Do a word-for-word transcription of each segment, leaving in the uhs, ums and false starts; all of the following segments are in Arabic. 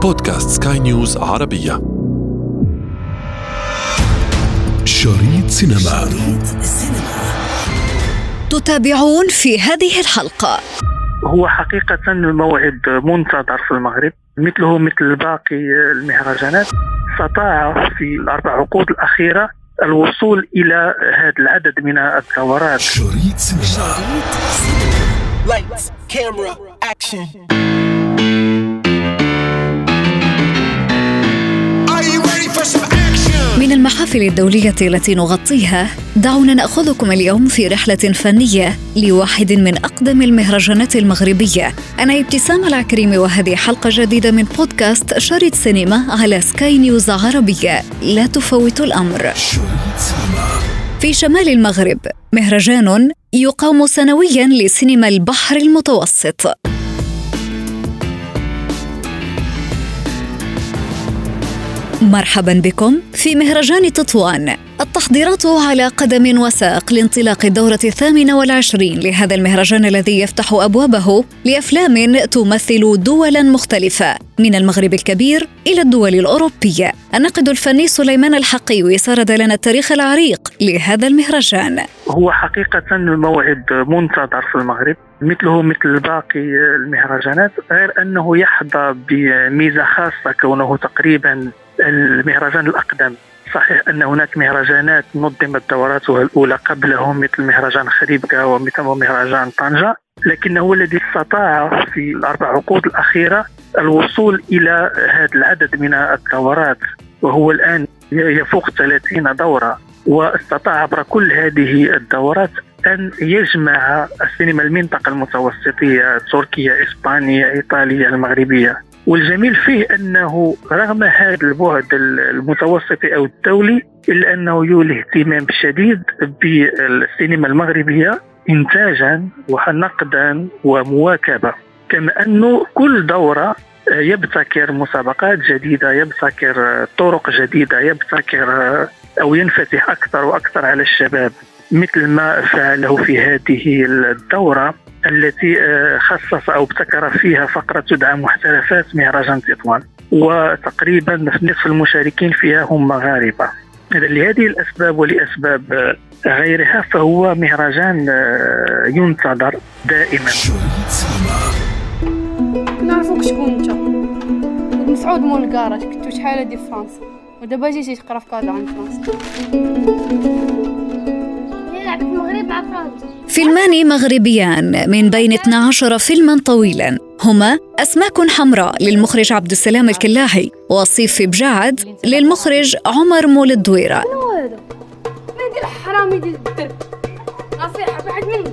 بودكاست سكاي نيوز عربية. شريط سينما. شريط السينما تتابعون في هذه الحلقة. هو حقيقة موعد منتظر في المغرب، مثله مثل باقي المهرجانات. استطاع في الأربع عقود الأخيرة الوصول إلى هذا العدد من الدورات. شريط سينما. Lights, camera, action. Are you ready for some action? من المحافل الدولية التي نغطيها، دعونا نأخذكم اليوم في رحلة فنية لواحد من أقدم المهرجانات المغربية. أنا ابتسام العكريمي، وهذه حلقة جديدة من بودكاست شريط سينما على سكاي نيوز عربية. لا تفوتوا الأمر. في شمال المغرب مهرجان يقام سنوياً لسينما البحر المتوسط. مرحباً بكم في مهرجان تطوان. التحضيرات على قدم وساق لانطلاق الدورة الثامنة والعشرين لهذا المهرجان الذي يفتح أبوابه لأفلام تمثل دولاً مختلفة من المغرب الكبير إلى الدول الأوروبية. الناقد الفني سليمان الحقيوي سرد لنا التاريخ العريق لهذا المهرجان. هو حقيقة موعد منتظر في المغرب، مثله مثل باقي المهرجانات، غير أنه يحظى بميزة خاصة كونه تقريباً المهرجان الأقدم. صحيح أن هناك مهرجانات نظمت دوراتها الأولى قبلهم، مثل مهرجان خريبكا ومثل مهرجان طنجة، لكنه هو الذي استطاع في الأربع عقود الأخيرة الوصول إلى هذا العدد من الدورات، وهو الآن يفوق ثلاثين دورة. واستطاع عبر كل هذه الدورات أن يجمع السينما المنطقة المتوسطية، تركيا، إسبانيا، إيطاليا، المغربية. والجميل فيه أنه رغم هذا البعد المتوسطي أو الدولي، إلا أنه يولي اهتمام شديد بالسينما المغربية إنتاجا ونقدا ومواكبة، كما أنه كل دورة يبتكر مسابقات جديدة، يبتكر طرق جديدة، يبتكر أو ينفتح أكثر وأكثر على الشباب، مثل ما فعله في هذه الدورة التي خصص أو ابتكر فيها فقرة تدعى محترفات مهرجان تطوان، وتقريبا نصف المشاركين فيها هم مغاربة. لهذه الأسباب ولأسباب غيرها فهو مهرجان ينتظر دائما. نعرفوك شكون انت؟ مسعود مول الكراج، كنتو شحال هادي في فرنسا ودابا جيتي تقرا في كازا عن فرنسا. نلعب في المغرب مع فرنسا. فيلمان مغربيان من بين اثنا عشر فيلما طويلا هما أسماك حمراء للمخرج عبد السلام الكلاهي، وصيف في بجاعد للمخرج عمر مول الدويرة. شنو هذا؟ ما يدير حرامي ديال الدرب، نصيحة واحد مني.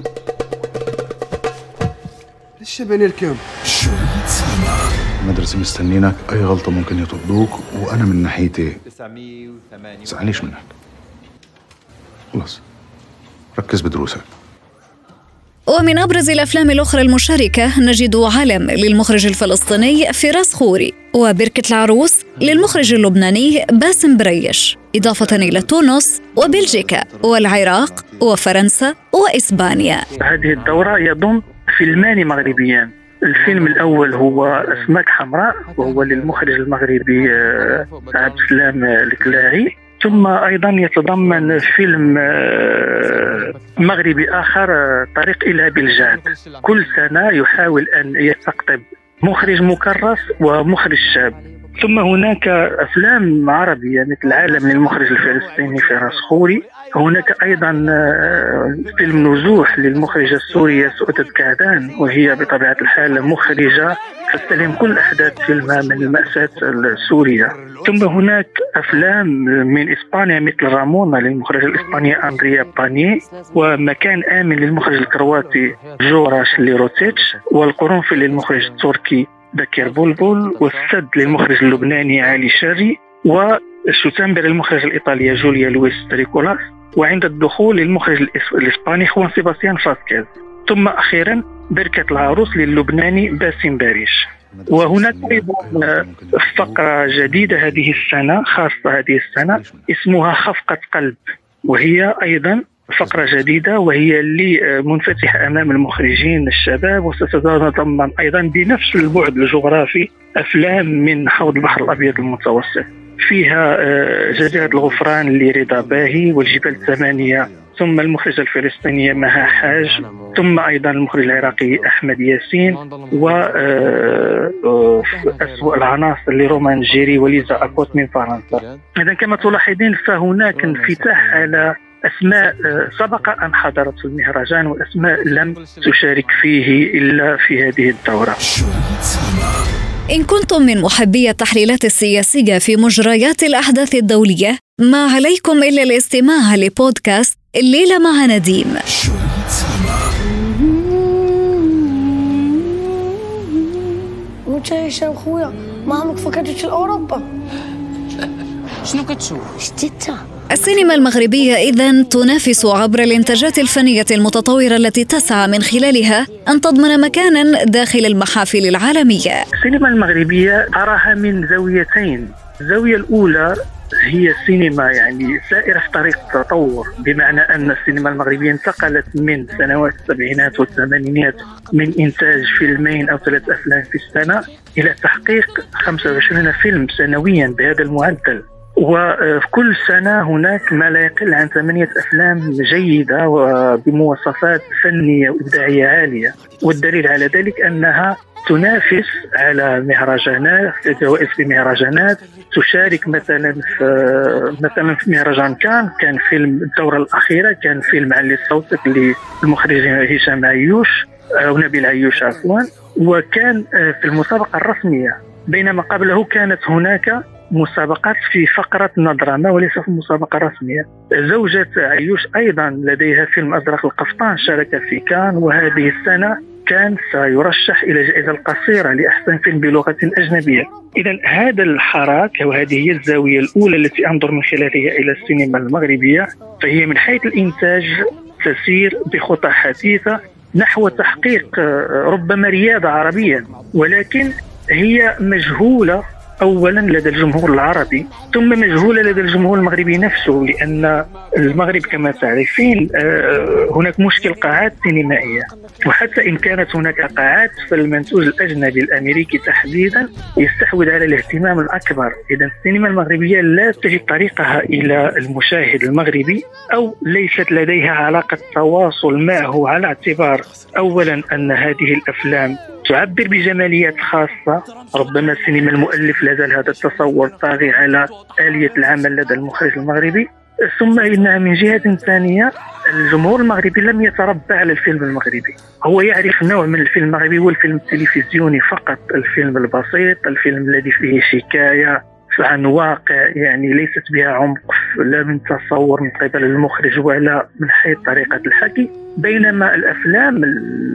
الشباني الكام المدرسة مستنينك، أي غلطة ممكن يطردوك، وأنا من ناحيتي سألنيش منك. خلاص ركز بدروسك. ومن أبرز الأفلام الأخرى المشاركة نجد علم للمخرج الفلسطيني فراس خوري، وبركة العروس للمخرج اللبناني باسم بريش، إضافة إلى تونس وبلجيكا والعراق وفرنسا وإسبانيا. هذه الدورة يضم فيلمان مغربيان. الفيلم الأول هو أسماك حمراء، وهو للمخرج المغربي عبد السلام الكلاهي. ثم أيضا يتضمن فيلم مغربي آخر، طريق إلى بلجاد. كل سنة يحاول أن يستقطب مخرج مكرس ومخرج شاب. ثم هناك أفلام عربية مثل عالم للمخرج الفلسطيني فراس خوري. هناك أيضا فيلم نزوح للمخرجة السورية سؤدد كعدان، وهي بطبيعة الحال مخرجة تستلم كل أحداث فيلمها من المأساة السورية. ثم هناك أفلام من إسبانيا مثل رامونا للمخرج الإسباني أندريا باني، ومكان آمن للمخرج الكرواتي جوراش ليروتيتش، والقرنفل للمخرج التركي بكير بولبول، والسد للمخرج اللبناني علي شاري، والشوتنبر للمخرج الإيطالي جوليا لويس تريكولاس، وعند الدخول للمخرج الإسباني خوان سيباستيان فاسكيز. ثم أخيرا بركة العروس للبناني باسم باريش. وهناك أيضا فقرة جديدة هذه السنة، خاصة هذه السنة، اسمها خفقة قلب، وهي أيضا فقرة جديدة وهي اللي منفتحة أمام المخرجين الشباب، وستتضمن أيضا بنفس البعد الجغرافي أفلام من حوض البحر الأبيض المتوسط. فيها جزيرة الغفران لرضا باهي، والجبال الثمانية، ثم المخرجة الفلسطينية مها حاج، ثم أيضا المخرج العراقي أحمد ياسين، وأسوأ العناصر لرومان جيري وليزا أكوت من فرنسا. إذن كما تلاحظين فهناك انفتاح على أسماء سبق أن حضرت في المهرجان وأسماء لم تشارك فيه إلا في هذه الدورة. إن كنتم من محبي التحليلات السياسية في مجريات الأحداث الدولية، ما عليكم إلا الاستماع لبودكاست الليلة مع نديم. وش يا أخويا ما عمك فكرتش لأوروبا؟ شنو كتشوف؟ شتيتها السينما المغربية إذن تنافس عبر الإنتاجات الفنية المتطورة التي تسعى من خلالها أن تضمن مكانا داخل المحافل العالمية. السينما المغربية أراها من زاويتين. الزاوية الأولى هي السينما يعني سائرة في طريق التطور، بمعنى أن السينما المغربية انتقلت من سنوات السبعينات والثمانينات من إنتاج فيلمين أو ثلاث أفلام في السنة إلى تحقيق خمسة وعشرين فيلم سنويا بهذا المعدل. وفي كل سنة هناك ما لا يقل عن ثمانية أفلام جيدة وبمواصفات فنية وإبداعية عالية، والدليل على ذلك أنها تنافس على مهرجانات، جوائز في مهرجانات، تشارك مثلا في مثلا في مهرجان كان كان فيلم الدورة الأخيرة كان فيلم علي صوتك للمخرج هشام عيوش أو نبيل عيوش عفوا، وكان في المسابقة الرسمية، بينما قبله كانت هناك مسابقات في فقرة نظرة وليس في المسابقة الرسمية. زوجة عيوش أيضا لديها فيلم أزرق القفطان شارك في كان، وهذه السنة كان سيرشح إلى جائزة القصيرة لأحسن فيلم بلغة أجنبية. إذن هذا الحراك وهذه هي الزاوية الأولى التي أنظر من خلالها إلى السينما المغربية، فهي من حيث الإنتاج تسير بخطى حثيثة نحو تحقيق ربما ريادة عربية، ولكن هي مجهولة أولا لدى الجمهور العربي، ثم مجهولة لدى الجمهور المغربي نفسه، لأن المغرب كما تعرفين هناك مشكل قاعات سينمائية، وحتى إن كانت هناك قاعات فالمنتوج الأجنبي الأمريكي تحديدا يستحوذ على الاهتمام الأكبر. إذن السينما المغربية لا تجد طريقها إلى المشاهد المغربي، أو ليست لديها علاقة تواصل معه، على اعتبار أولا أن هذه الأفلام تعبر بجماليات خاصة، ربما السينما المؤلف لازال هذا التصور طاغي على آلية العمل لدى المخرج المغربي، ثم إنها من جهة ثانية الجمهور المغربي لم يتربى على الفيلم المغربي، هو يعرف نوع من الفيلم المغربي هو الفيلم التلفزيوني فقط، الفيلم البسيط، الفيلم الذي فيه حكاية عن واقع يعني ليست بها عمق لا من تصور من قبل المخرج ولا من حيث طريقة الحكي، بينما الأفلام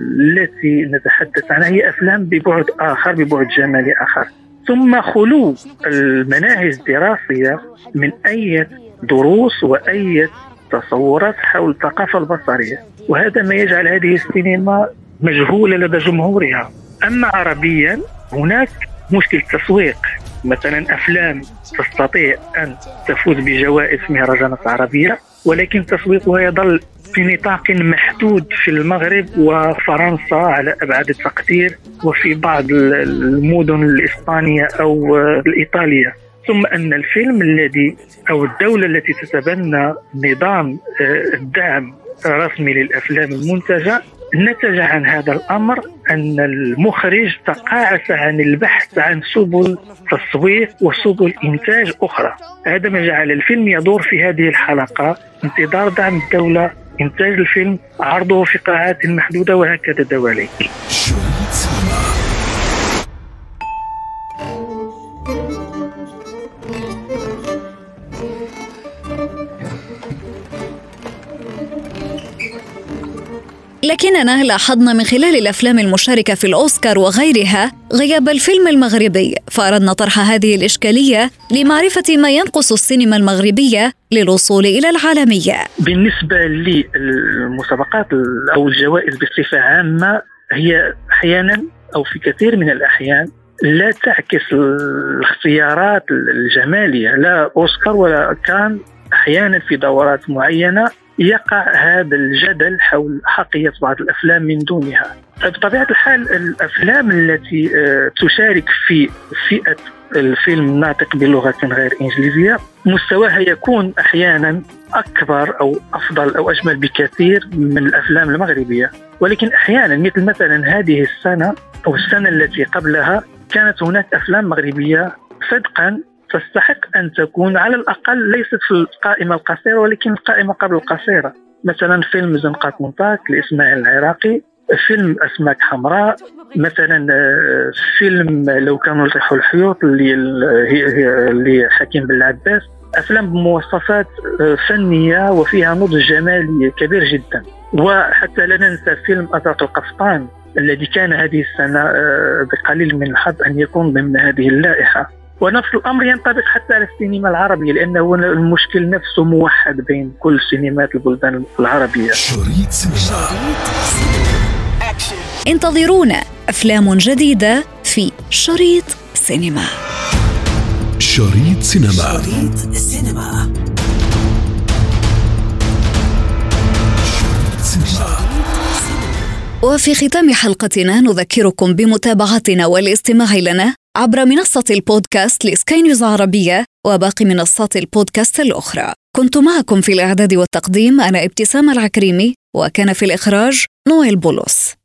التي نتحدث عنها هي أفلام ببعد آخر، ببعد جمالي آخر. ثم خلو المناهج الدراسية من أي دروس وأي تصورات حول الثقافة البصرية، وهذا ما يجعل هذه السينما مجهولة لدى جمهورها. أما عربيا هناك مشكل تسويق، مثلا أفلام تستطيع أن تفوز بجوائز مهرجانات عربية، ولكن تسويقها يظل في نطاق محدود في المغرب وفرنسا على أبعد التقدير، وفي بعض المدن الإسبانية أو الإيطالية. ثم أن الفيلم الذي أو الدولة التي تتبنى نظام الدعم الرسمي للأفلام المنتجة، نتج عن هذا الأمر أن المخرج تقاعس عن البحث عن سبل تسويق وسبل إنتاج أخرى. هذا ما جعل الفيلم يدور في هذه الحلقة، انتظار دعم الدولة، إنتاج الفيلم، عرضه في قاعات محدودة، وهكذا دواليك. لكننا لاحظنا من خلال الأفلام المشاركة في الأوسكار وغيرها غياب الفيلم المغربي، فأردنا طرح هذه الإشكالية لمعرفة ما ينقص السينما المغربية للوصول إلى العالمية. بالنسبة للمسابقات أو الجوائز بصفة عامة، هي أحيانا أو في كثير من الأحيان لا تعكس الاختيارات الجمالية، لا أوسكار ولا كان. أحيانا في دورات معينة يقع هذا الجدل حول حقية بعض الأفلام من دونها. بطبيعة الحال الأفلام التي تشارك في فئة الفيلم الناطق بلغة غير إنجليزية مستواها يكون أحيانا أكبر أو أفضل أو أجمل بكثير من الأفلام المغربية، ولكن أحيانا مثل مثلا هذه السنة أو السنة التي قبلها كانت هناك أفلام مغربية صدقا تستحق أن تكون على الأقل ليست في القائمة القصيرة ولكن القائمة قبل القصيرة. مثلا فيلم زنقات منطاق لإسماعيل العراقي، فيلم أسماك حمراء، مثلا فيلم لو كانوا يطيحوا الحيوط لحكيم بالعباس. أفلام بمواصفات فنية وفيها نضج جمالي كبير جدا. وحتى لا ننسى فيلم أزرق القسطان الذي كان هذه السنة بقليل من الحظ أن يكون ضمن هذه اللائحة. ونفس الأمر ينطبق حتى على السينما العربية، لأنه المشكل نفسه موحد بين كل سينمات البلدان العربية. شريط سينما. انتظرونا أفلام جديدة في شريط سينما. شريط سينما. شريط سينما. وفي ختام حلقتنا نذكركم بمتابعتنا والاستماع لنا عبر منصة البودكاست لسكاي نيوز عربية وباقي منصات البودكاست الأخرى. كنت معكم في الإعداد والتقديم أنا ابتسام العكريمي، وكان في الإخراج نويل بولس.